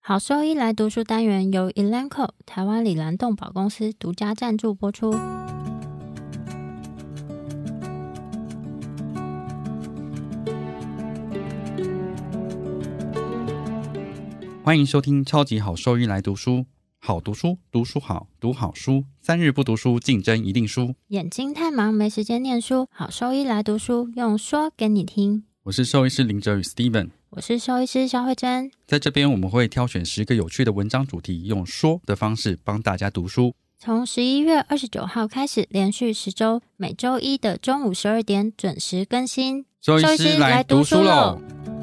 好兽医来读书单元由 Elanco 台湾里兰动保公司独家赞助播出。 欢迎收听超级好兽医来读书，好读书，读书好，读好书，3日不读书，竞争一定输。 眼睛太忙没时间念书，好兽医来读书，用说给你听。 我是兽医师林哲宇 Steven， 我是兽医师肖慧珍。 在这边我们会挑选10个有趣的文章主题，用说的方式帮大家读书。 从11月29号开始，连续10周，每周一的中午12点准时更新。 兽医师来读书喽！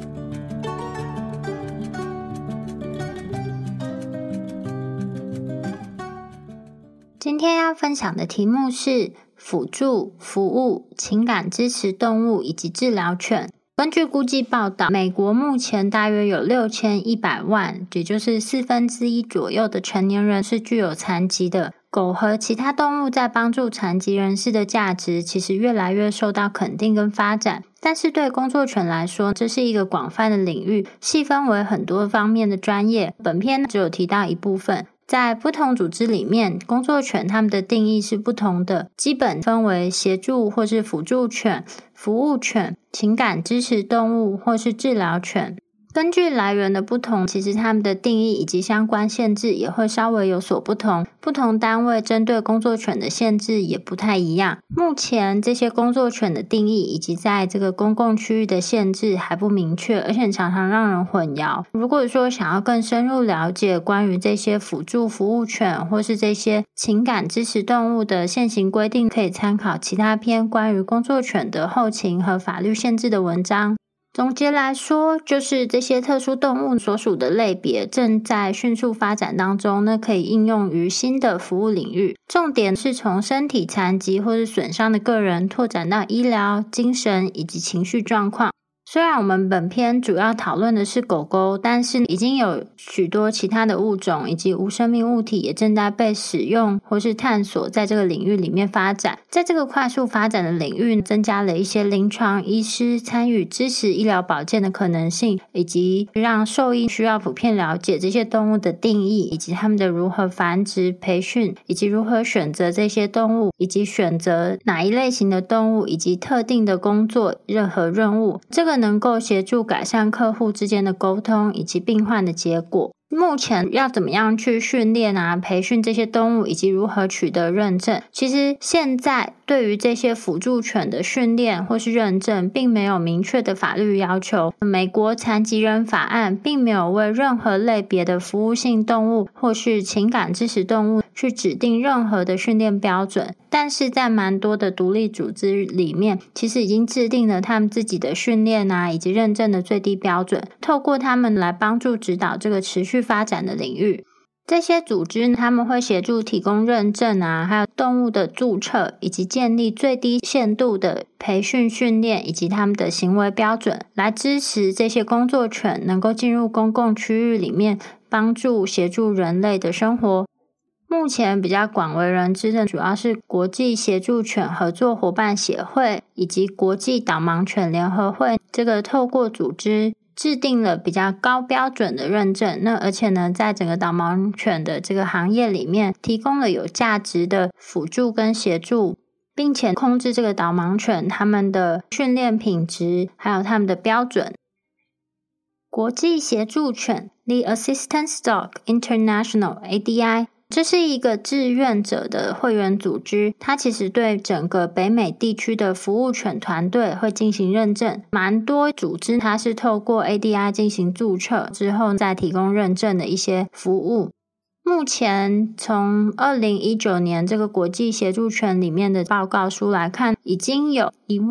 今天要分享的题目是辅助、服务、情感支持动物以及治疗犬。根据估计报道，美国目前大约有6100万，也就是1/4左右的成年人是具有残疾的。狗和其他动物在帮助残疾人士的价值其实越来越受到肯定跟发展，但是对工作犬来说，这是一个广泛的领域，细分为很多方面的专业。本篇只有提到一部分。在不同组织里面，工作犬它们的定义是不同的，基本分为协助或是辅助犬、服务犬、情感支持动物或是治疗犬。根据来源的不同，其实它们的定义以及相关限制也会稍微有所不同，不同单位针对工作犬的限制也不太一样。目前这些工作犬的定义以及在这个公共区域的限制还不明确，而且常常让人混淆。如果说想要更深入了解关于这些辅助服务犬或是这些情感支持动物的现行规定，可以参考其他篇关于工作犬的后勤和法律限制的文章。总结来说，就是这些特殊动物所属的类别正在迅速发展当中，那可以应用于新的服务领域。重点是从身体残疾或是损伤的个人拓展到医疗、精神以及情绪状况。虽然我们本篇主要讨论的是狗狗，但是已经有许多其他的物种以及无生命物体也正在被使用或是探索在这个领域里面发展。在这个快速发展的领域，增加了一些临床医师参与支持医疗保健的可能性，以及让兽医需要普遍了解这些动物的定义，以及它们的如何繁殖、培训，以及如何选择这些动物，以及选择哪一类型的动物，以及特定的工作任何任务。这个能够协助改善客户之间的沟通以及病患的结果。目前要怎么样去训练培训这些动物以及如何取得认证，其实现在对于这些辅助犬的训练或是认证并没有明确的法律要求。美国残疾人法案并没有为任何类别的服务性动物或是情感支持动物去指定任何的训练标准，但是在蛮多的独立组织里面，其实已经制定了他们自己的训练以及认证的最低标准，透过他们来帮助指导这个持续发展的领域。这些组织他们会协助提供认证还有动物的注册，以及建立最低限度的培训训练以及他们的行为标准，来支持这些工作犬能够进入公共区域里面，帮助协助人类的生活。目前比较广为人知的主要是国际协助犬合作伙伴协会以及国际导盲犬联合会，这个透过组织制定了比较高标准的认证，而且呢，在整个导盲犬的这个行业里面，提供了有价值的辅助跟协助，并且控制这个导盲犬他们的训练品质，还有他们的标准。国际协助犬 The Assistance Dog International ADI，这是一个志愿者的会员组织，它其实对整个北美地区的服务犬团队会进行认证。蛮多组织它是透过 ADI 进行注册之后再提供认证的一些服务。目前从2019年这个国际协助犬里面的报告书来看，已经有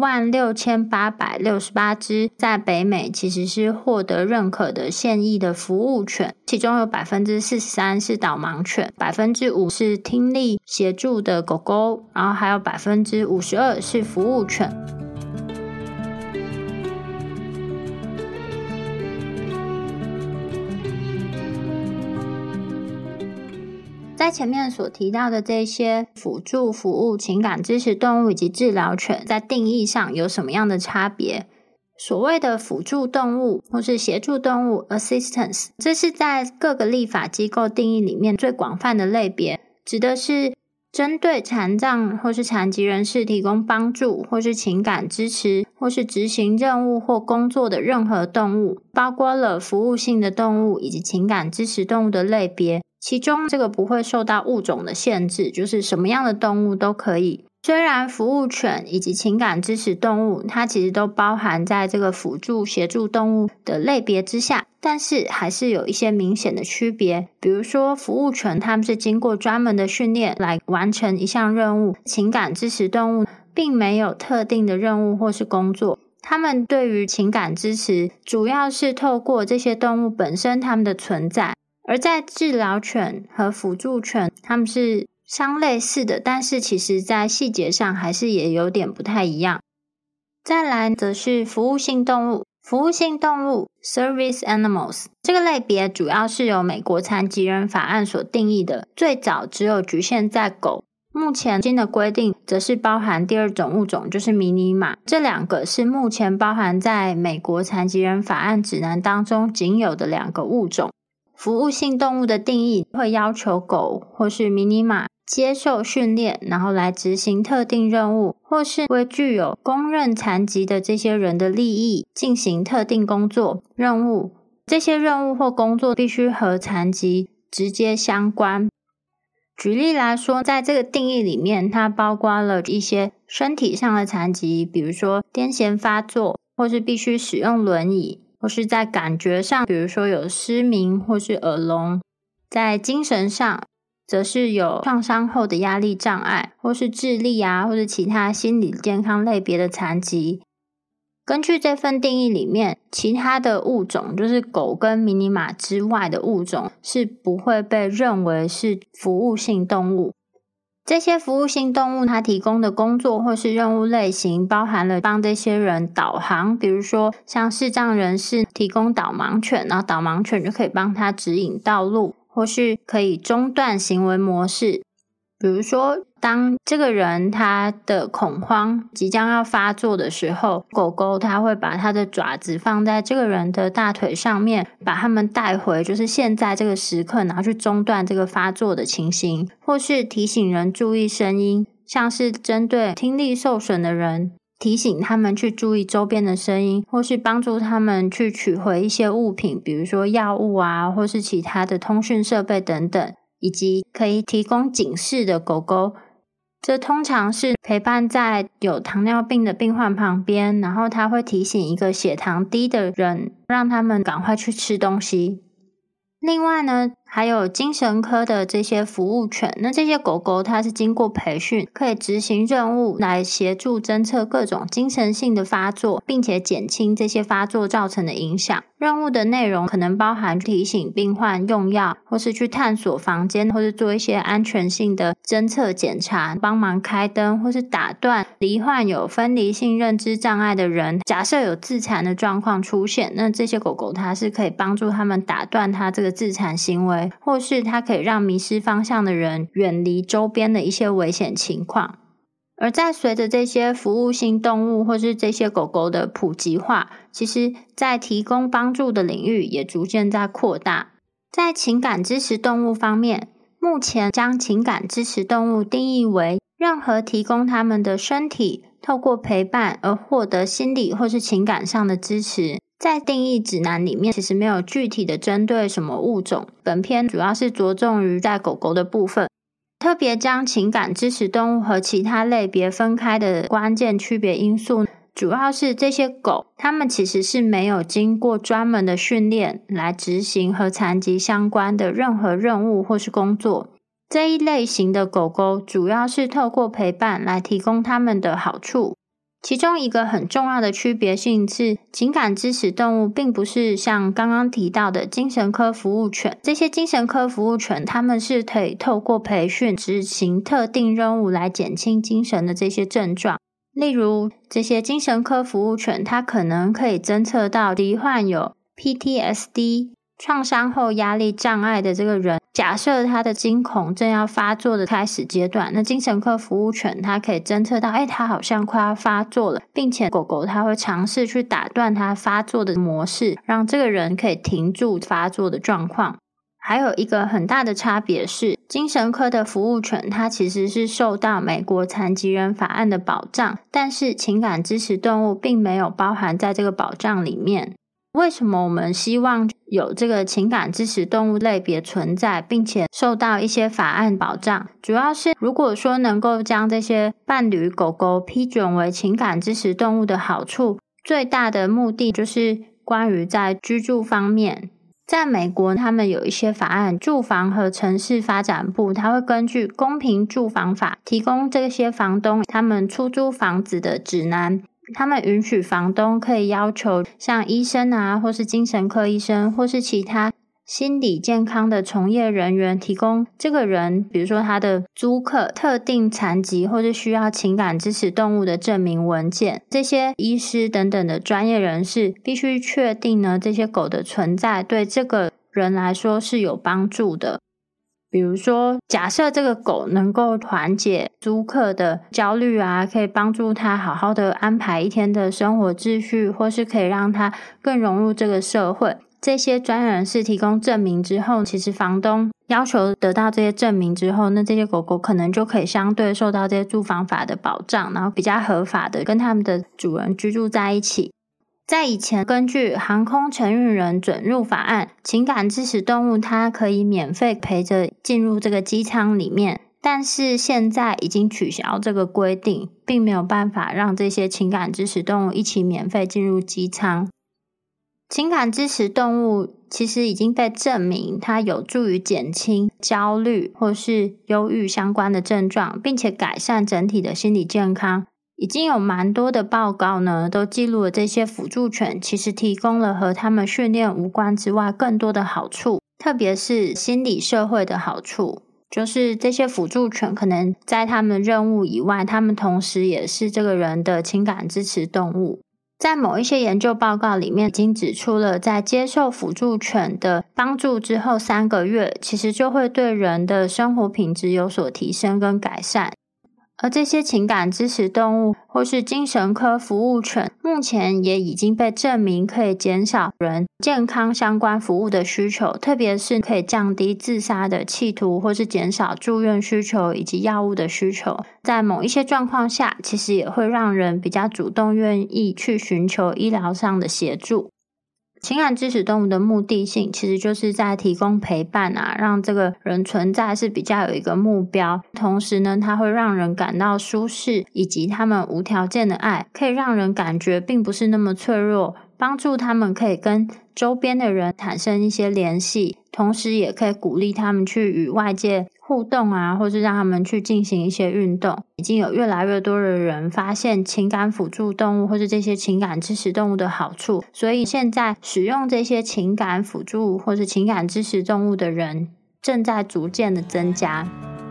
16868只在北美其实是获得认可的现役的服务犬，其中有 43% 是导盲犬， 5% 是听力协助的狗狗，然后还有 52% 是服务犬。在前面所提到的这些辅助服务、情感支持动物以及治疗犬，在定义上有什么样的差别？ 所谓的辅助动物或是协助动物 assistance， 这是在各个立法机构定义里面最广泛的类别，指的是针对残障或是残疾人士提供帮助或是情感支持或是执行任务或工作的任何动物，包括了服务性的动物以及情感支持动物的类别，其中这个不会受到物种的限制，就是什么样的动物都可以。虽然服务犬以及情感支持动物它其实都包含在这个辅助协助动物的类别之下，但是还是有一些明显的区别。比如说服务犬它们是经过专门的训练来完成一项任务，情感支持动物并没有特定的任务或是工作，他们对于情感支持主要是透过这些动物本身它们的存在。而在治疗犬和辅助犬它们是相类似的，但是其实在细节上还是也有点不太一样。再来则是服务性动物。服务性动物 Service Animals 这个类别主要是由美国残疾人法案所定义的，最早只有局限在狗，目前新的规定则是包含第二种物种，就是迷你马。这两个是目前包含在美国残疾人法案指南当中仅有的两个物种。服务性动物的定义会要求狗或是迷你马接受训练，然后来执行特定任务，或是为具有公认残疾的这些人的利益进行特定工作任务。这些任务或工作必须和残疾直接相关。举例来说，在这个定义里面，它包括了一些身体上的残疾，比如说癫痫发作，或是必须使用轮椅，或是在感觉上，比如说有失明或是耳聋。在精神上则是有创伤后的压力障碍，或是智力或是其他心理健康类别的残疾。根据这份定义里面，其他的物种，就是狗跟迷你马之外的物种，是不会被认为是服务性动物。这些服务性动物它提供的工作或是任务类型包含了帮这些人导航，比如说像视障人士提供导盲犬，然后导盲犬就可以帮他指引道路，或是可以中断行为模式。比如说当这个人他的恐慌即将要发作的时候，狗狗它会把它的爪子放在这个人的大腿上面，把他们带回就是现在这个时刻，然后去中断这个发作的情形，或是提醒人注意声音，像是针对听力受损的人提醒他们去注意周边的声音，或是帮助他们去取回一些物品，比如说药物或是其他的通讯设备等等，以及可以提供警示的狗狗。这通常是陪伴在有糖尿病的病患旁边，然后他会提醒一个血糖低的人，让他们赶快去吃东西。另外呢，还有精神科的这些服务犬，那这些狗狗它是经过培训，可以执行任务来协助侦测各种精神性的发作，并且减轻这些发作造成的影响。任务的内容可能包含提醒病患用药，或是去探索房间，或是做一些安全性的侦测检查，帮忙开灯，或是打断罹患有分离性认知障碍的人。假设有自残的状况出现，那这些狗狗它是可以帮助他们打断它这个自残行为，或是它可以让迷失方向的人远离周边的一些危险情况。而在随着这些服务性动物或是这些狗狗的普及化，其实在提供帮助的领域也逐渐在扩大。在情感支持动物方面，目前将情感支持动物定义为任何提供他们的身体透过陪伴而获得心理或是情感上的支持。在定义指南里面其实没有具体的针对什么物种，本篇主要是着重于在狗狗的部分。特别将情感支持动物和其他类别分开的关键区别因素，主要是这些狗它们其实是没有经过专门的训练来执行和残疾相关的任何任务或是工作。这一类型的狗狗主要是透过陪伴来提供它们的好处。其中一个很重要的区别性是，情感支持动物并不是像刚刚提到的精神科服务犬，这些精神科服务犬它们是可以透过培训执行特定任务来减轻精神的这些症状。例如这些精神科服务犬它可能可以侦测到罹患有 PTSD 创伤后压力障碍的这个人假设它的惊恐正要发作的开始阶段，那精神科服务犬它可以侦测到它好像快要发作了，并且狗狗它会尝试去打断它发作的模式，让这个人可以停住发作的状况。还有一个很大的差别是，精神科的服务犬它其实是受到美国残疾人法案的保障，但是情感支持动物并没有包含在这个保障里面。为什么我们希望有这个情感支持动物类别存在，并且受到一些法案保障？主要是如果说能够将这些伴侣狗狗批准为情感支持动物的好处，最大的目的就是关于在居住方面。在美国他们有一些法案，住房和城市发展部它会根据公平住房法提供这些房东他们出租房子的指南。他们允许房东可以要求像医生啊，或是精神科医生，或是其他心理健康的从业人员提供这个人，比如说他的租客特定残疾或是需要情感支持动物的证明文件。这些医师等等的专业人士必须确定呢，这些狗的存在对这个人来说是有帮助的。比如说假设这个狗能够缓解租客的焦虑啊，可以帮助他好好的安排一天的生活秩序，或是可以让他更融入这个社会，这些专业人士提供证明之后，其实房东要求得到这些证明之后，那这些狗狗可能就可以相对受到这些住房法的保障，然后比较合法的跟他们的主人居住在一起。在以前，根据航空承运人准入法案，情感支持动物它可以免费陪着进入这个机舱里面，但是现在已经取消这个规定，并没有办法让这些情感支持动物一起免费进入机舱。情感支持动物其实已经被证明它有助于减轻焦虑或是忧郁相关的症状，并且改善整体的心理健康。已经有蛮多的报告呢，都记录了这些辅助犬其实提供了和他们训练无关之外更多的好处，特别是心理社会的好处。就是这些辅助犬可能在他们任务以外，他们同时也是这个人的情感支持动物。在某一些研究报告里面已经指出了，在接受辅助犬的帮助之后3个月，其实就会对人的生活品质有所提升跟改善。而这些情感支持动物或是精神科服务犬，目前也已经被证明可以减少人健康相关服务的需求，特别是可以降低自杀的企图，或是减少住院需求以及药物的需求。在某一些状况下，其实也会让人比较主动愿意去寻求医疗上的协助。情感支持动物的目的性其实就是在提供陪伴啊，让这个人存在是比较有一个目标，同时呢它会让人感到舒适，以及他们无条件的爱可以让人感觉并不是那么脆弱，帮助他们可以跟周边的人产生一些联系，同时也可以鼓励他们去与外界互动啊，或是让他们去进行一些运动。已经有越来越多的人发现情感辅助动物或是这些情感支持动物的好处，所以现在使用这些情感辅助或是情感支持动物的人正在逐渐的增加。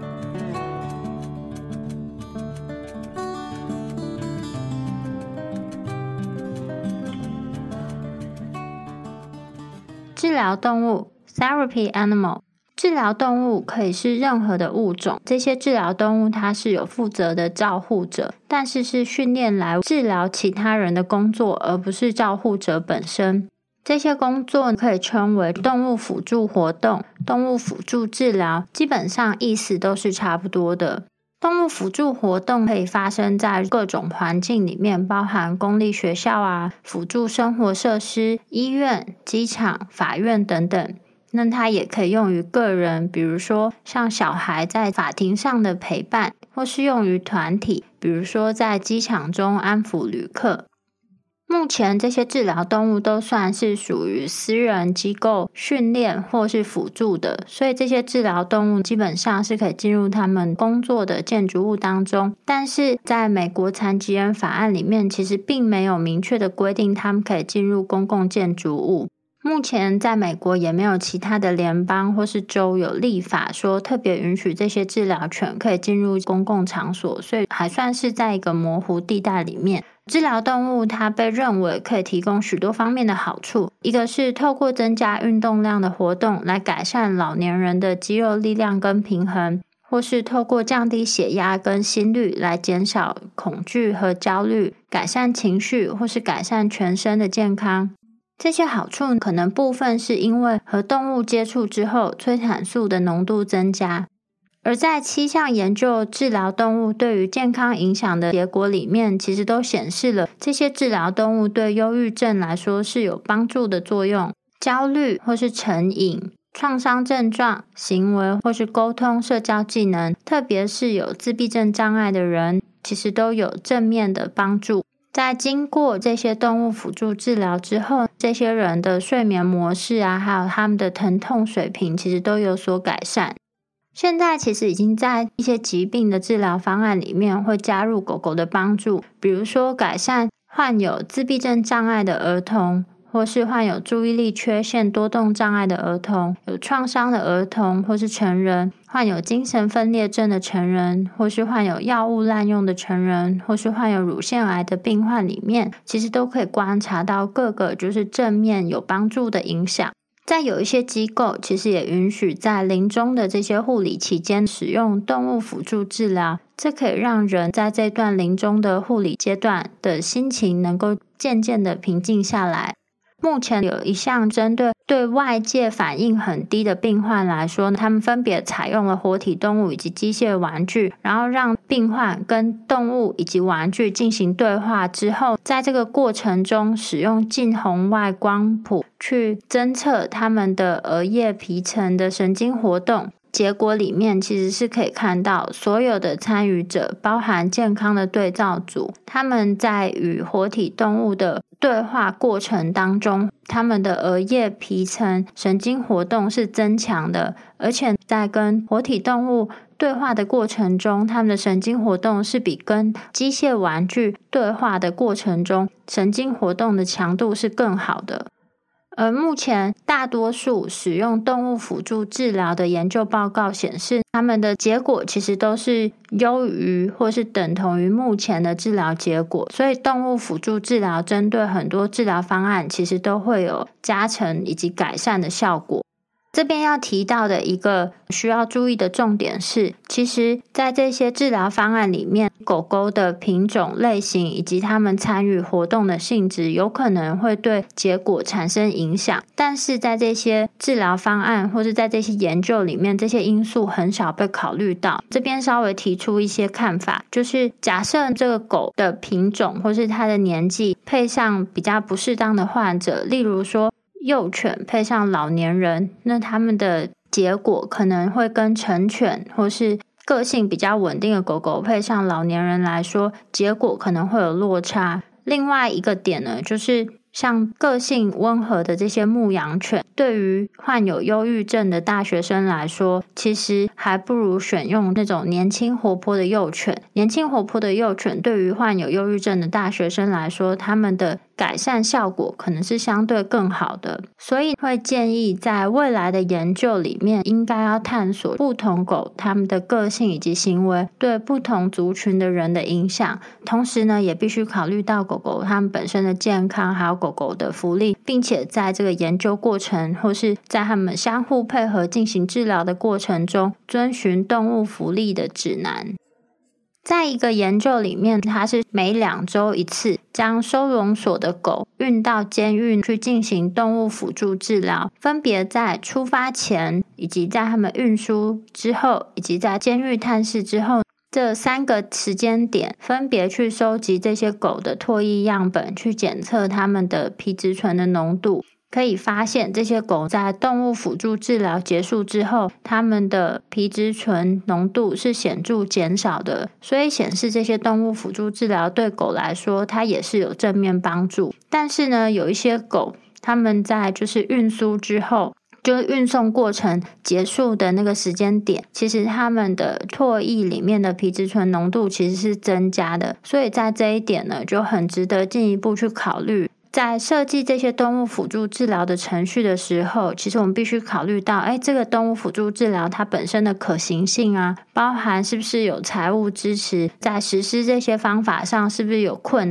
治疗动物 Therapy Animal， 治疗动物可以是任何的物种，这些治疗动物它是有负责的照护者，但是是训练来治疗其他人的工作，而不是照护者本身。这些工作可以称为动物辅助活动、动物辅助治疗，基本上意思都是差不多的。动物辅助活动可以发生在各种环境里面，包含公立学校啊、辅助生活设施、医院、机场、法院等等。那它也可以用于个人，比如说像小孩在法庭上的陪伴，或是用于团体，比如说在机场中安抚旅客。目前这些治疗动物都算是属于私人机构训练或是辅助的，所以这些治疗动物基本上是可以进入他们工作的建筑物当中，但是在美国残疾人法案里面其实并没有明确的规定他们可以进入公共建筑物。目前在美国也没有其他的联邦或是州有立法说特别允许这些治疗犬可以进入公共场所，所以还算是在一个模糊地带里面。 治疗动物它被认为可以提供许多方面的好处，一个是透过增加运动量的活动来改善老年人的肌肉力量跟平衡，或是透过降低血压跟心率来减少恐惧和焦虑，改善情绪或是改善全身的健康。这些好处可能部分是因为和动物接触之后催产素的浓度增加。而在7项研究治疗动物对于健康影响的结果里面，其实都显示了这些治疗动物对忧郁症来说是有帮助的作用。焦虑或是成瘾、创伤症状、行为或是沟通、社交技能，特别是有自闭症障碍的人，其实都有正面的帮助。在经过这些动物辅助治疗之后，这些人的睡眠模式啊，还有他们的疼痛水平其实都有所改善。现在其实已经在一些疾病的治疗方案里面会加入狗狗的帮助，比如说改善患有自闭症障碍的儿童，或是患有注意力缺陷多动障碍的儿童，有创伤的儿童或是成人，患有精神分裂症的成人，或是患有药物滥用的成人，或是患有乳腺癌的病患里面，其实都可以观察到各个就是正面有帮助的影响。在有一些机构其实也允许在临终的这些护理期间使用动物辅助治疗，这可以让人在这段临终的护理阶段的心情能够渐渐的平静下来。目前有一项针对外界反应很低的病患来说，他们分别采用了活体动物以及机械玩具，然后让病患跟动物以及玩具进行对话之后，在这个过程中使用近红外光谱去侦测他们的额叶皮层的神经活动。结果里面其实是可以看到所有的参与者，包含健康的对照组，他们在与活体动物的对话过程当中，他们的额叶皮层神经活动是增强的，而且在跟活体动物对话的过程中，他们的神经活动是比跟机械玩具对话的过程中神经活动的强度是更好的。而目前大多数使用动物辅助治疗的研究报告显示，他们的结果其实都是优于或是等同于目前的治疗结果，所以动物辅助治疗针对很多治疗方案其实都会有加成以及改善的效果。这边要提到的一个需要注意的重点是，其实在这些治疗方案里面，狗狗的品种类型以及它们参与活动的性质有可能会对结果产生影响，但是在这些治疗方案或是在这些研究里面，这些因素很少被考虑到。这边稍微提出一些看法，就是假设这个狗的品种或是它的年纪配上比较不适当的患者，例如说幼犬配上老年人，那他们的结果可能会跟成犬或是个性比较稳定的狗狗配上老年人来说，结果可能会有落差。另外一个点呢，就是像个性温和的这些牧羊犬，对于患有忧郁症的大学生来说，其实还不如选用那种年轻活泼的幼犬。年轻活泼的幼犬对于患有忧郁症的大学生来说，他们的改善效果可能是相对更好的，所以会建议在未来的研究里面应该要探索不同狗它们的个性以及行为对不同族群的人的影响，同时呢也必须考虑到狗狗它们本身的健康还有狗狗的福利，并且在这个研究过程或是在它们相互配合进行治疗的过程中遵循动物福利的指南。在一个研究里面，它是每2周一次将收容所的狗运到监狱去进行动物辅助治疗，分别在出发前以及在他们运输之后以及在监狱探视之后这3个时间点，分别去收集这些狗的唾液样本，去检测它们的皮质醇的浓度。可以发现这些狗在动物辅助治疗结束之后，它们的皮质醇浓度是显著减少的，所以显示这些动物辅助治疗对狗来说它也是有正面帮助。但是呢，有一些狗它们在就是运输之后，就是运送过程结束的那个时间点，其实它们的唾液里面的皮质醇浓度其实是增加的，所以在这一点呢就很值得进一步去考虑。在设计这些动物辅助治疗的程序的时候，其实我们必须考虑到这个动物辅助治疗它本身的可行性啊，包含是不是有财务支持，在实施这些方法上是不是有困难，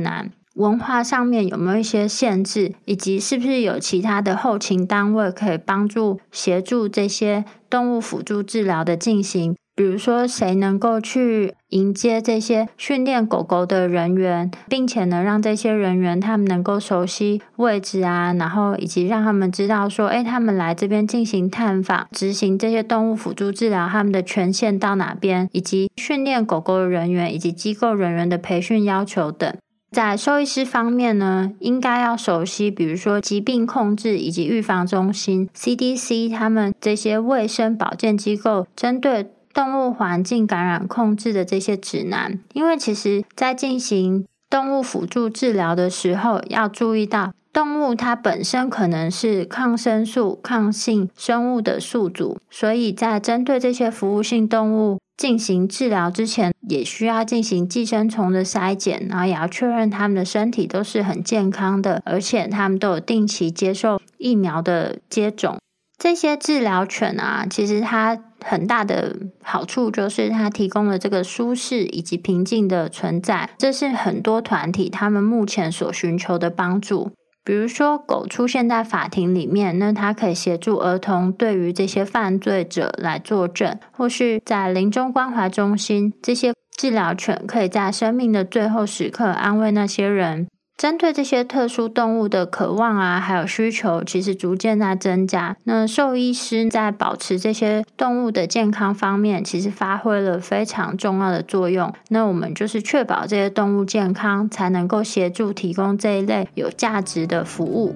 文化上面有没有一些限制，以及是不是有其他的后勤单位可以帮助协助这些动物辅助治疗的进行，比如说谁能够去迎接这些训练狗狗的人员，并且呢让这些人员他们能够熟悉位置啊，然后以及让他们知道说他们来这边进行探访执行这些动物辅助治疗他们的权限到哪边，以及训练狗狗的人员以及机构人员的培训要求等。在兽医师方面呢，应该要熟悉比如说疾病控制以及预防中心 CDC 他们这些卫生保健机构针对动物环境感染控制的这些指南。因为其实在进行动物辅助治疗的时候，要注意到动物它本身可能是抗生素抗性生物的宿主，所以在针对这些服务性动物进行治疗之前，也需要进行寄生虫的筛检，然后也要确认他们的身体都是很健康的，而且他们都有定期接受疫苗的接种。这些治疗犬啊，其实它很大的好处就是它提供了这个舒适以及平静的存在，这是很多团体他们目前所寻求的帮助。比如说狗出现在法庭里面，那它可以协助儿童对于这些犯罪者来作证，或是在临终关怀中心，这些治疗犬可以在生命的最后时刻安慰那些人。针对这些特殊动物的渴望啊，还有需求，其实逐渐在增加。那兽医师在保持这些动物的健康方面，其实发挥了非常重要的作用。那我们就是确保这些动物健康，才能够协助提供这一类有价值的服务。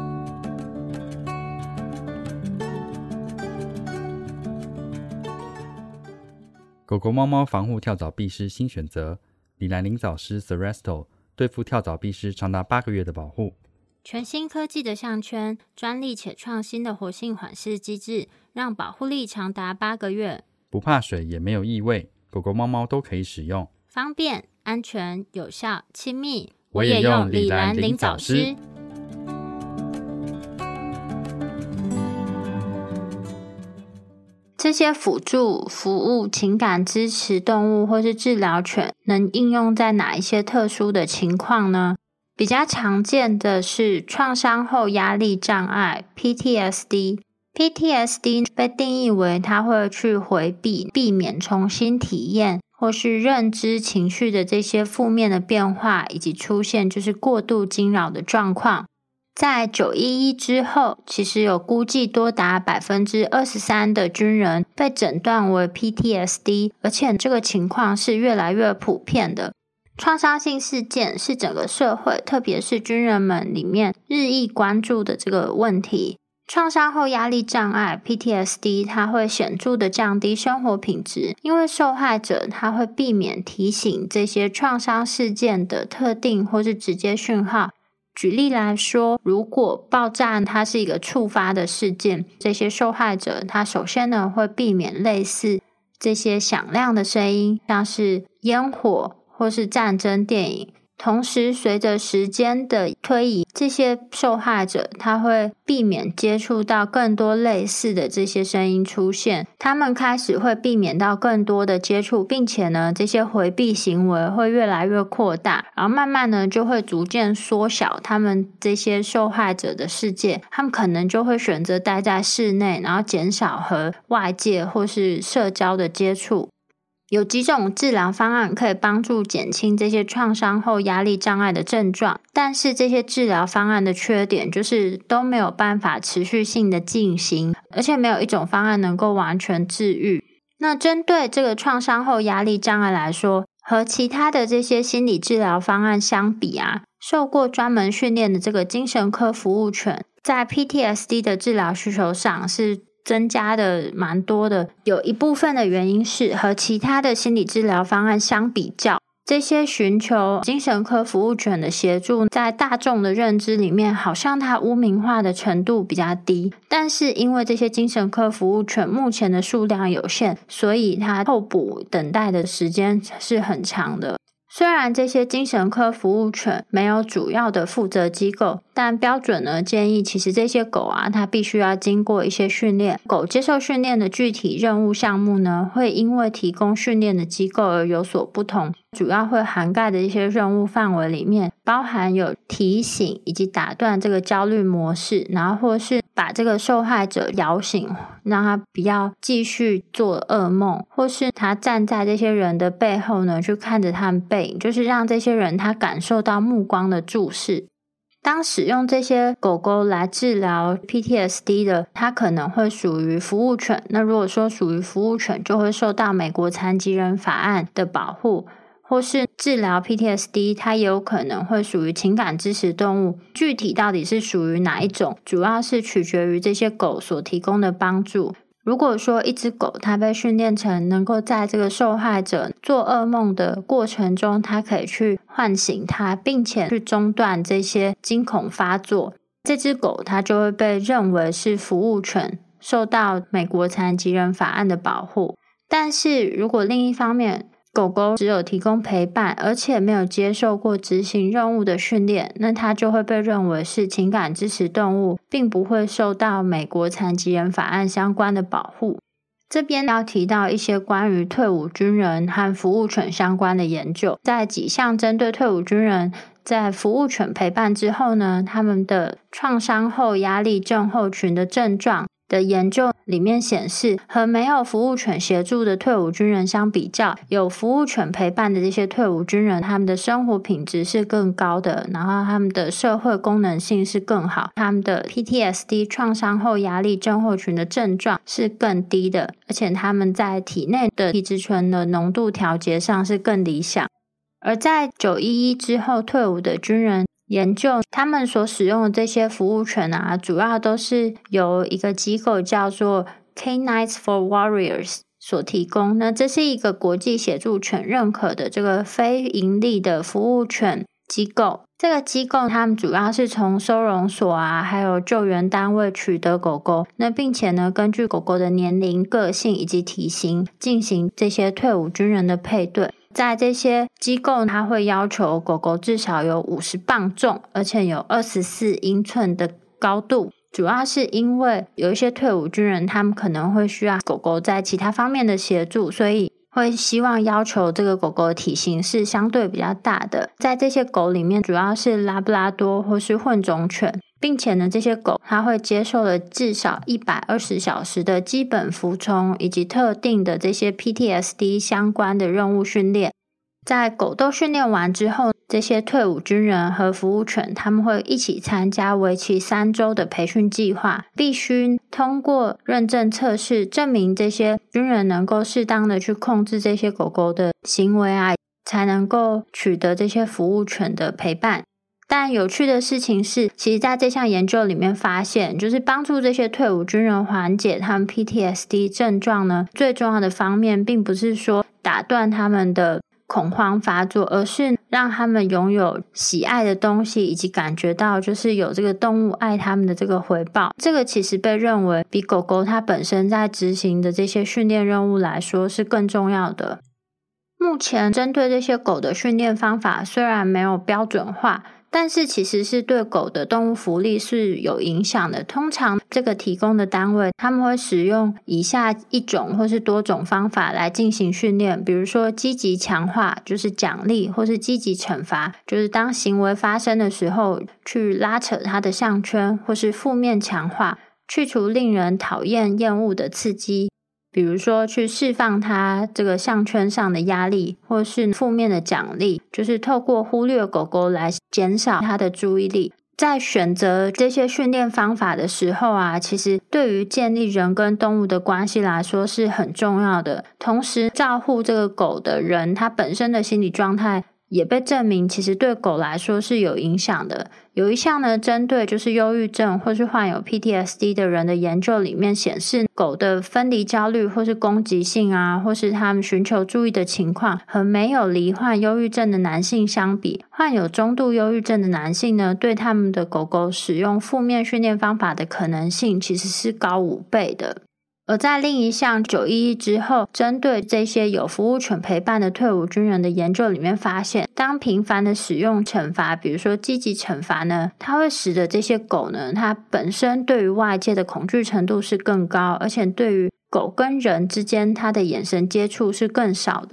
狗狗猫猫防护跳蚤蜱虱新选择，李兰灵藻虱 Seresto对付跳蚤蜱虱长达8个月的保护。 全新科技的项圈，专利且创新的活性缓释机制，让保护力长达8个月， 不怕水也没有异味，狗狗猫猫都可以使用， 方便、安全、有效、亲密。 我也用李兰灵藻虱。 这些辅助服务情感支持动物或是治疗犬能应用在哪一些特殊的情况呢？比较常见的是创伤后压力障碍 PTSD。PTSD 被定义为它会去回避、避免重新体验或是认知情绪的这些负面的变化，以及出现就是过度惊扰的状况。在911之后，其实有估计多达 23% 的军人被诊断为 PTSD， 而且这个情况是越来越普遍的。创伤性事件是整个社会，特别是军人们里面日益关注的这个问题。创伤后压力障碍 PTSD 它会显著的降低生活品质，因为受害者他会避免提醒这些创伤事件的特定或是直接讯号。举例来说，如果爆炸它是一个触发的事件，这些受害者他首先呢会避免类似这些响亮的声音，像是烟火或是战争电影。同时随着时间的推移，这些受害者他会避免接触到更多类似的这些声音出现，他们开始会避免到更多的接触，并且呢这些回避行为会越来越扩大，然后慢慢呢就会逐渐缩小他们这些受害者的世界，他们可能就会选择待在室内，然后减少和外界或是社交的接触。有几种治疗方案可以帮助减轻这些创伤后压力障碍的症状，但是这些治疗方案的缺点就是都没有办法持续性的进行，而且没有一种方案能够完全治愈。那针对这个创伤后压力障碍来说，和其他的这些心理治疗方案相比啊，受过专门训练的这个精神科服务犬在 PTSD 的治疗需求上是增加的蛮多的。有一部分的原因是和其他的心理治疗方案相比较，这些寻求精神科服务犬的协助在大众的认知里面好像它污名化的程度比较低，但是因为这些精神科服务犬目前的数量有限，所以它候补等待的时间是很长的。虽然这些精神科服务犬没有主要的负责机构，但标准呢建议其实这些狗啊，它必须要经过一些训练。狗接受训练的具体任务项目呢，会因为提供训练的机构而有所不同。主要会涵盖的一些任务范围里面， 包含有提醒以及打断这个焦虑模式，然后或是把这个受害者摇醒，让他不要继续做噩梦，或是他站在这些人的背后呢，去看着他们背影，就是让这些人他感受到目光的注视。当使用这些狗狗来治疗 PTSD 的，它可能会属于服务犬。那如果说属于服务犬，就会受到美国残疾人法案的保护，或是治疗 PTSD 它也有可能会属于情感支持动物。具体到底是属于哪一种，主要是取决于这些狗所提供的帮助。如果说一只狗它被训练成能够在这个受害者做噩梦的过程中，它可以去唤醒它，并且去中断这些惊恐发作，这只狗它就会被认为是服务犬，受到美国残疾人法案的保护。但是如果另一方面狗狗只有提供陪伴，而且没有接受过执行任务的训练，那它就会被认为是情感支持动物，并不会受到美国残疾人法案相关的保护。这边要提到一些关于退伍军人和服务犬相关的研究，在几项针对退伍军人在服务犬陪伴之后呢，他们的创伤后压力症候群的症状的研究里面显示，和没有服务犬协助的退伍军人相比较，有服务犬陪伴的这些退伍军人，他们的生活品质是更高的，然后他们的社会功能性是更好，他们的 PTSD 创伤后压力症候群的症状是更低的，而且他们在体内的皮质醇的浓度调节上是更理想。而在911之后退伍的军人研究，他们所使用的这些服务犬啊，主要都是由一个机构叫做 Canines for Warriors 所提供。那这是一个国际协助犬认可的这个非营利的服务犬机构。这个机构他们主要是从收容所啊，还有救援单位取得狗狗，那并且呢，根据狗狗的年龄、个性以及体型进行这些退伍军人的配对。在这些机构，它会要求狗狗至少有50磅重，而且有24英寸的高度。主要是因为有一些退伍军人，他们可能会需要狗狗在其他方面的协助，所以会希望要求这个狗狗的体型是相对比较大的。在这些狗里面，主要是拉布拉多或是混种犬，并且呢，这些狗它会接受了至少120小时的基本服从以及特定的这些 PTSD 相关的任务训练。在狗都训练完之后，这些退伍军人和服务犬他们会一起参加为期3周的培训计划，必须通过认证测试，证明这些军人能够适当的去控制这些狗狗的行为啊，才能够取得这些服务犬的陪伴。但有趣的事情是，其实在这项研究里面发现，就是帮助这些退伍军人缓解他们 PTSD 症状呢，最重要的方面并不是说打断他们的恐慌发作，而是让他们拥有喜爱的东西，以及感觉到就是有这个动物爱他们的这个回报。这个其实被认为比狗狗它本身在执行的这些训练任务来说是更重要的。目前针对这些狗的训练方法虽然没有标准化，但是其实是对狗的动物福利是有影响的。通常这个提供的单位他们会使用以下一种或是多种方法来进行训练，比如说积极强化，就是奖励，或是积极惩罚，就是当行为发生的时候去拉扯它的项圈，或是负面强化，去除令人讨厌厌恶的刺激，比如说去释放它这个项圈上的压力，或是负面的奖励，就是透过忽略狗狗来减少它的注意力。在选择这些训练方法的时候啊，其实对于建立人跟动物的关系来说是很重要的。同时照护这个狗的人，他本身的心理状态也被证明其实对狗来说是有影响的。有一项呢，针对就是忧郁症或是患有 PTSD 的人的研究里面显示，狗的分离焦虑或是攻击性啊，或是他们寻求注意的情况，和没有罹患忧郁症的男性相比，患有中度忧郁症的男性呢，对他们的狗狗使用负面训练方法的可能性其实是高5倍的。而在另一项911之后，针对这些有服务犬陪伴的退伍军人的研究里面发现，当频繁的使用惩罚，比如说积极惩罚呢，它会使得这些狗呢，它本身对于外界的恐惧程度是更高，而且对于狗跟人之间它的眼神接触是更少的。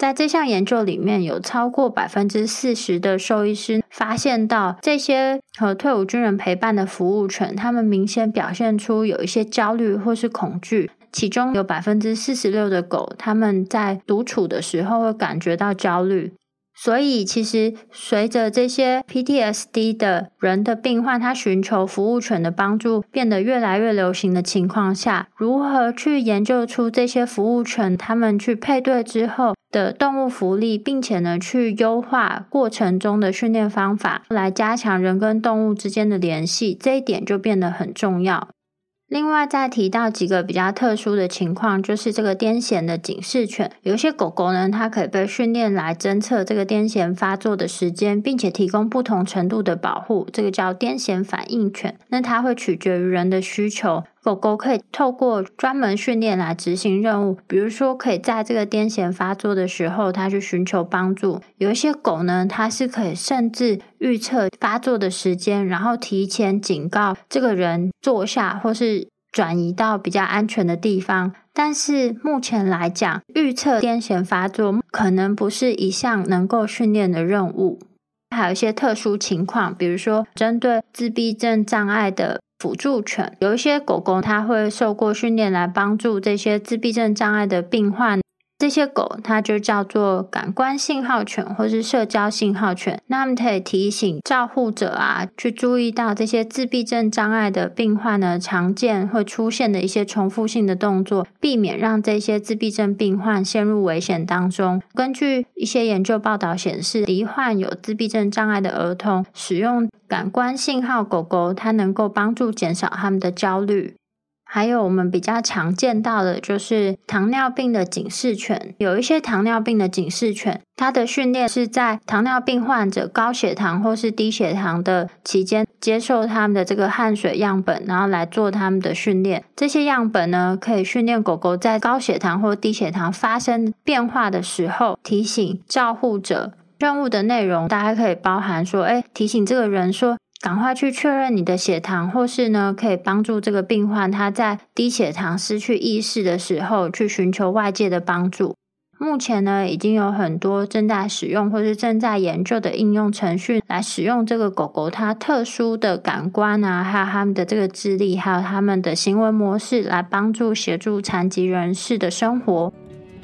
在这项研究里面，有超过 40% 的兽医师发现到这些和退伍军人陪伴的服务犬，他们明显表现出有一些焦虑或是恐惧，其中有 46% 的狗，他们在独处的时候会感觉到焦虑。所以其实随着这些 PTSD 的人的病患，他寻求服务犬的帮助变得越来越流行的情况下，如何去研究出这些服务犬他们去配对之后的动物福利，并且呢去优化过程中的训练方法，来加强人跟动物之间的联系，这一点就变得很重要。另外再提到几个比较特殊的情况，就是这个癫痫的警示犬，有一些狗狗呢，它可以被训练来侦测这个癫痫发作的时间，并且提供不同程度的保护，这个叫癫痫反应犬。那它会取决于人的需求，狗狗可以透过专门训练来执行任务，比如说可以在这个癫痫发作的时候，它去寻求帮助。有一些狗呢，它是可以甚至预测发作的时间，然后提前警告这个人坐下或是转移到比较安全的地方。但是目前来讲，预测癫痫发作可能不是一项能够训练的任务。还有一些特殊情况，比如说针对自闭症障碍的辅助犬，有一些狗狗它会受过训练来帮助这些自闭症障碍的病患，这些狗它就叫做感官信号犬或是社交信号犬。那它们可以提醒照护者啊，去注意到这些自闭症障碍的病患呢常见会出现的一些重复性的动作，避免让这些自闭症病患陷入危险当中。根据一些研究报道显示，罹患有自闭症障碍的儿童使用感官信号狗狗，它能够帮助减少他们的焦虑。还有我们比较常见到的就是糖尿病的警示犬，有一些糖尿病的警示犬，它的训练是在糖尿病患者高血糖或是低血糖的期间接受他们的这个汗水样本，然后来做他们的训练。这些样本呢，可以训练狗狗在高血糖或低血糖发生变化的时候，提醒照护者。任务的内容大概可以包含说，提醒这个人说赶快去确认你的血糖，或是呢可以帮助这个病患他在低血糖失去意识的时候去寻求外界的帮助。目前呢已经有很多正在使用或是正在研究的应用程序来使用这个狗狗它特殊的感官啊，还有他们的这个智力，还有他们的行为模式，来帮助协助残疾人士的生活。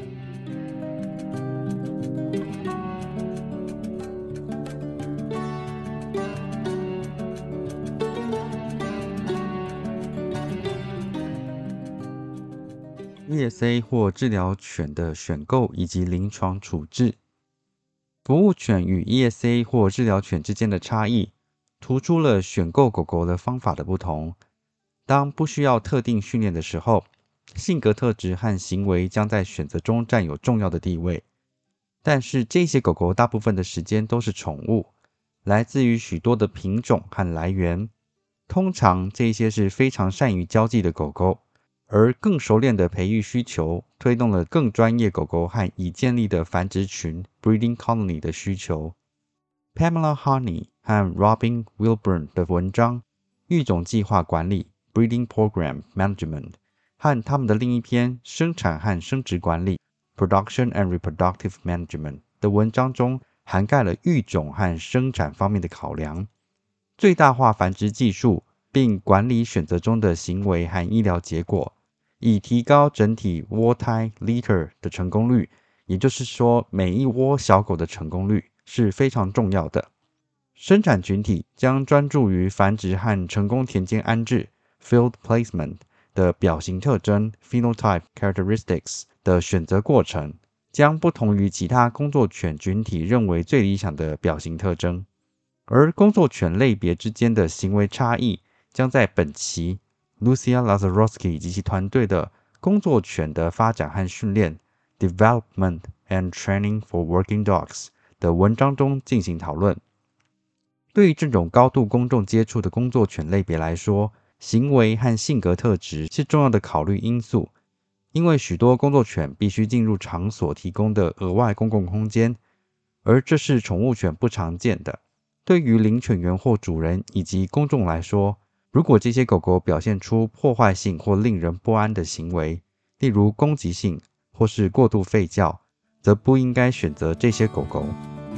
ESA 或治疗犬的选购以及临床处置。服务犬与 ESA 或治疗犬之间的差异，突出了选购狗狗的方法的不同。当不需要特定训练的时候，性格特质和行为将在选择中占有重要的地位。但是这些狗狗大部分的时间都是宠物，来自于许多的品种和来源。通常这些是非常善于交际的狗狗，而更熟练的培育需求推动了更专业狗狗和已建立的繁殖群 breeding colony 的需求。Pamela Honey 和 Robin Wilburn 的文章育种计划管理 breeding program management 和他们的另一篇生产和生殖管理 production and reproductive management 的文章中涵盖了育种和生产方面的考量，最大化繁殖技术，并管理选择中的行为和医疗结果，以提高整体窝胎 litter 的成功率，也就是说每一窝小狗的成功率是非常重要的。生产群体将专注于繁殖和成功田间安置 field placement 的表型特征 phenotype characteristics 的选择过程，将不同于其他工作犬群体认为最理想的表型特征。而工作犬类别之间的行为差异将在本期Lucia Lazarowski 及其团队的工作犬的发展和训练 Development and Training for Working Dogs 的文章中进行讨论。对于这种高度公众接触的工作犬类别来说，行为和性格特质是重要的考虑因素，因为许多工作犬必须进入场所提供的额外公共空间，而这是宠物犬不常见的。对于领犬员或主人以及公众来说，如果这些狗狗表现出破坏性或令人不安的行为，例如攻击性或是过度吠叫， 则不应该选择这些狗狗。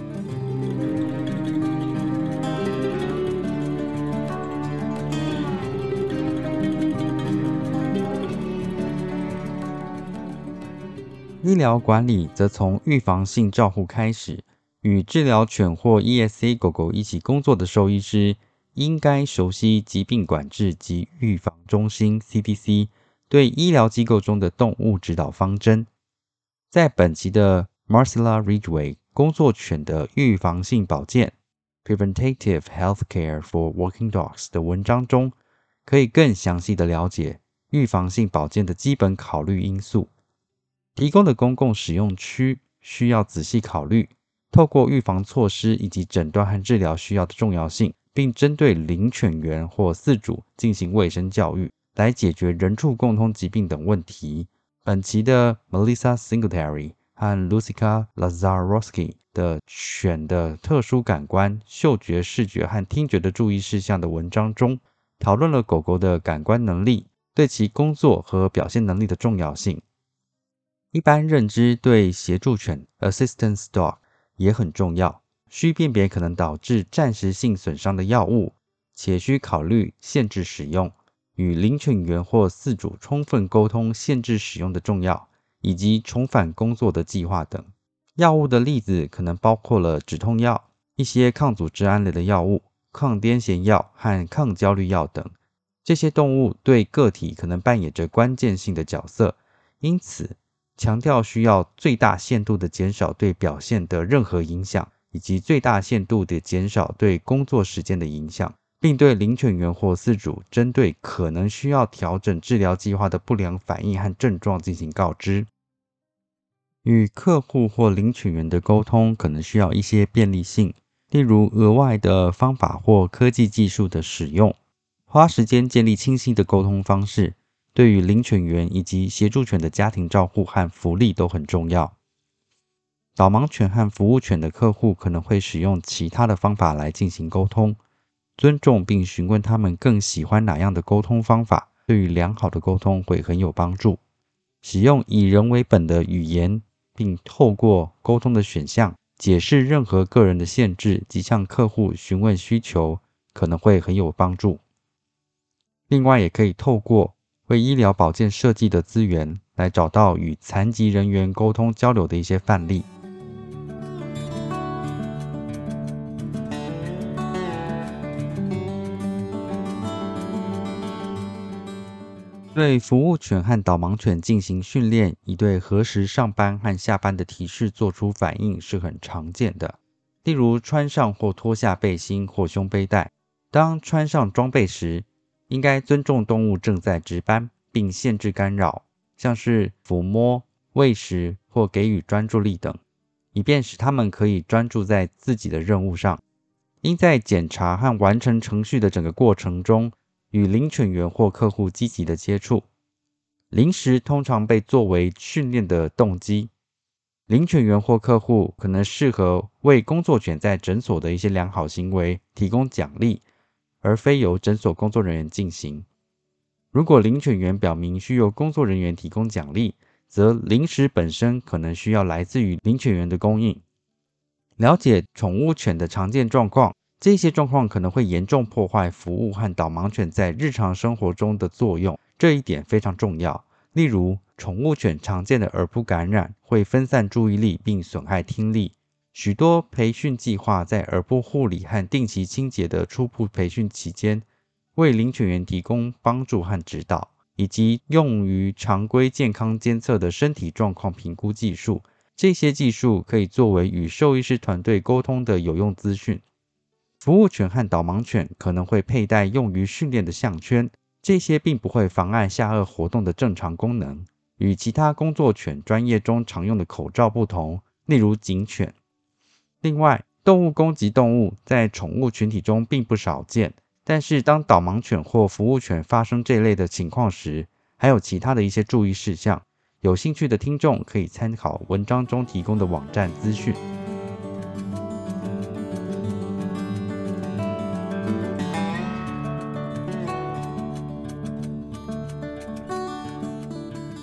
医疗管理则从预防性照护开始，与治疗犬或 ESA 狗狗一起工作的兽医师应该熟悉疾病管制及预防中心 CDC 对医疗机构中的动物指导方针。在本期的 Marcella Ridgway 工作犬的预防性保健 Preventative Healthcare for Working Dogs 的文章中，可以更详细的了解预防性保健的基本考虑因素。提供的公共使用区需要仔细考虑，透过预防措施以及诊断和治疗需要的重要性，并针对领犬员或饲主进行卫生教育，来解决人畜共通疾病等问题。本期的 Melissa Singletary 和 Lucica Lazarowski 的犬的特殊感官、嗅觉、视觉和听觉的注意事项的文章中，讨论了狗狗的感官能力对其工作和表现能力的重要性。一般认知对协助犬 Assistance Dog 也很重要，需辨别可能导致暂时性损伤的药物，且需考虑限制使用，与领犬员或饲主充分沟通限制使用的重要，以及重返工作的计划等。药物的例子可能包括了止痛药、一些抗组织胺类的药物、抗癫痫药和抗焦虑药等。这些动物对个体可能扮演着关键性的角色，因此强调需要最大限度的减少对表现的任何影响，以及最大限度的减少对工作时间的影响，并对领犬员或饲主针对可能需要调整治疗计划的不良反应和症状进行告知。与客户或领犬员的沟通可能需要一些便利性，例如额外的方法或科技技术的使用，花时间建立清晰的沟通方式，对于领犬员以及协助犬的家庭照护和福利都很重要。导盲犬和服务犬的客户可能会使用其他的方法来进行沟通，尊重并询问他们更喜欢哪样的沟通方法，对于良好的沟通会很有帮助。使用以人为本的语言，并透过沟通的选项解释任何个人的限制及向客户询问需求，可能会很有帮助。另外，也可以透过为医疗保健设计的资源来找到与残疾人员沟通交流的一些范例。对服务犬和导盲犬进行训练，以对何时上班和下班的提示做出反应是很常见的。例如穿上或脱下背心或胸背带。当穿上装备时，应该尊重动物正在值班，并限制干扰，像是抚摸、喂食或给予专注力等，以便使他们可以专注在自己的任务上。应在检查和完成程序的整个过程中，与领犬员或客户积极的接触。零食通常被作为训练的动机。领犬员或客户可能适合为工作犬在诊所的一些良好行为提供奖励，而非由诊所工作人员进行。如果领犬员表明需由工作人员提供奖励，则零食本身可能需要来自于领犬员的供应。了解宠物犬的常见状况，这些状况可能会严重破坏服务和导盲犬在日常生活中的作用，这一点非常重要。例如，宠物犬常见的耳部感染会分散注意力并损害听力。许多培训计划在耳部护理和定期清洁的初步培训期间，为领犬员提供帮助和指导，以及用于常规健康监测的身体状况评估技术。这些技术可以作为与兽医师团队沟通的有用资讯。服务犬和导盲犬可能会佩戴用于训练的项圈，这些并不会妨碍下颚活动的正常功能。与其他工作犬专业中常用的口罩不同，例如警犬。另外，动物攻击动物在宠物群体中并不少见，但是当导盲犬或服务犬发生这类的情况时，还有其他的一些注意事项。有兴趣的听众可以参考文章中提供的网站资讯。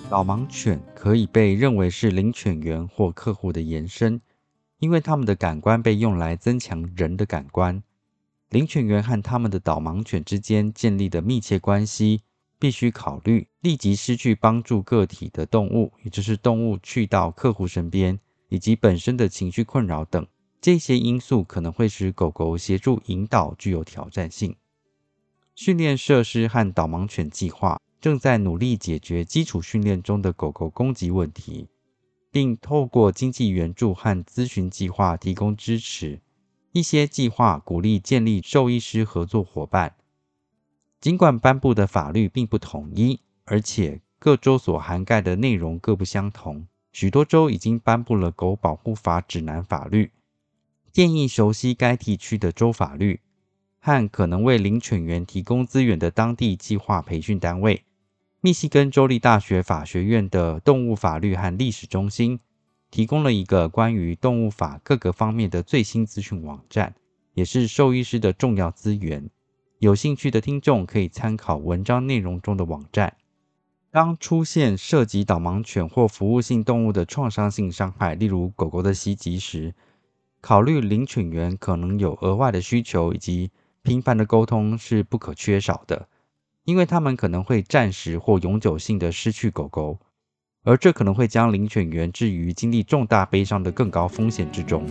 导盲犬可以被认为是领犬员或客户的延伸，因为他们的感官被用来增强人的感官。领犬员和他们的导盲犬之间建立的密切关系，必须考虑立即失去帮助个体的动物，也就是动物去到客户身边，以及本身的情绪困扰等。这些因素可能会使狗狗协助引导具有挑战性。训练设施和导盲犬计划正在努力解决基础训练中的狗狗攻击问题，并透过经济援助和咨询计划提供支持。一些计划鼓励建立兽医师合作伙伴。尽管颁布的法律并不统一，而且各州所涵盖的内容各不相同，许多州已经颁布了狗保护法指南法律，建议熟悉该地区的州法律，和可能为领犬员提供资源的当地计划培训单位。密西根州立大学法学院的动物法律和历史中心提供了一个关于动物法各个方面的最新资讯网站，也是兽医师的重要资源。有兴趣的听众可以参考文章内容中的网站。当出现涉及导盲犬或服务性动物的创伤性伤害，例如狗狗的袭击时，考虑领犬员可能有额外的需求以及频繁的沟通是不可缺少的，因为他们可能会暂时或永久性的失去狗狗，而这可能会将领犬员置于经历重大悲伤的更高风险之中。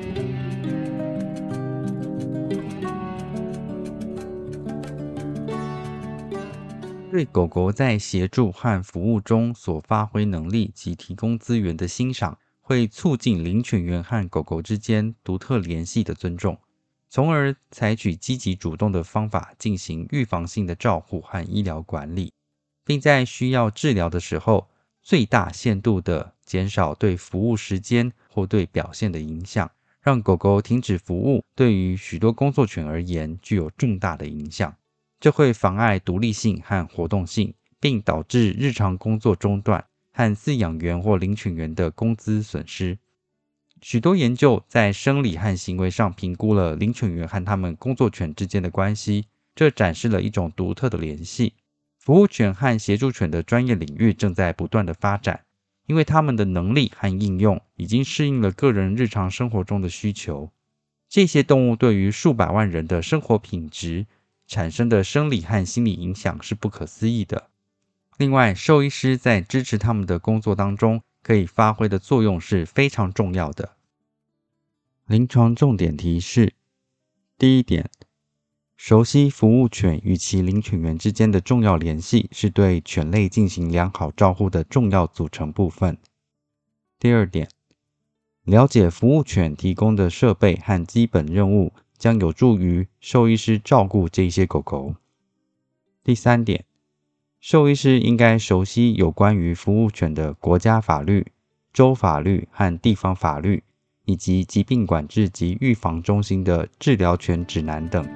对狗狗在协助和服务中所发挥能力及提供资源的欣赏，会促进领犬员和狗狗之间独特联系的尊重，从而采取积极主动的方法进行预防性的照护和医疗管理，并在需要治疗的时候最大限度地减少对服务时间或对表现的影响。让狗狗停止服务对于许多工作犬而言具有重大的影响，这会妨碍独立性和活动性，并导致日常工作中断和饲养员或领犬员的工资损失。许多研究在生理和行为上评估了领犬员和他们工作犬之间的关系，这展示了一种独特的联系。服务犬和协助犬的专业领域正在不断的发展，因为他们的能力和应用已经适应了个人日常生活中的需求。这些动物对于数百万人的生活品质产生的生理和心理影响是不可思议的。另外，兽医师在支持他们的工作当中可以发挥的作用是非常重要的。临床重点提示：第一点，熟悉服务犬与其领犬员之间的重要联系是对犬类进行良好照护的重要组成部分。第二点，了解服务犬提供的设备和基本任务将有助于兽医师照顾这些狗狗。第三点，兽医师应该熟悉有关于服务犬的国家法律、州法律和地方法律，以及疾病管制及预防中心的治疗犬指南等。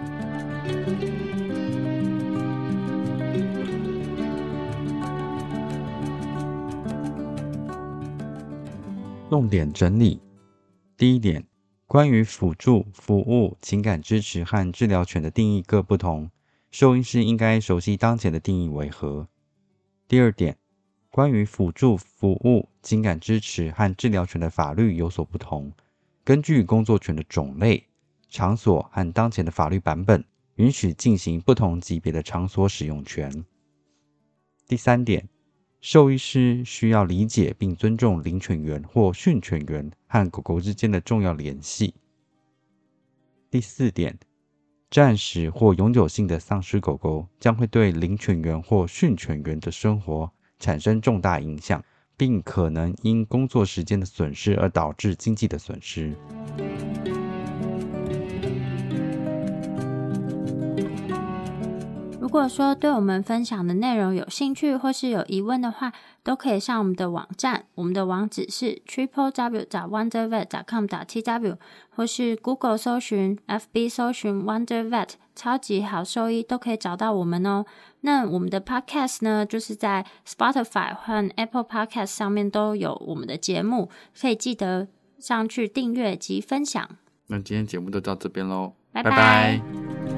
重点整理：第一点，关于辅助、服务、情感支持和治疗犬的定义各不同，兽医师应该熟悉当前的定义为何。第二点，关于辅助、服务、情感支持和治疗犬的法律有所不同，根据工作犬的种类、场所和当前的法律版本，允许进行不同级别的场所使用权。第三点，兽医师需要理解并尊重领犬员或训犬员和狗狗之间的重要联系。第四点，暂时或永久性的丧失狗狗将会对领犬员或训犬员的生活产生重大影响，并可能因工作时间的损失而导致经济的损失。 如果说对我们分享的内容有兴趣或是有疑问的话，都可以上我们的网站，我们的网址是 www.wondervet.com.tw 或是 Google 搜寻 FB 搜寻 WonderVet 超级好兽医都可以找到我们哦。那我们的 Podcast 呢，就是在 Spotify 和 Apple Podcast 上面都有我们的节目，可以记得上去订阅及分享。 那今天节目就到这边咯， 拜拜。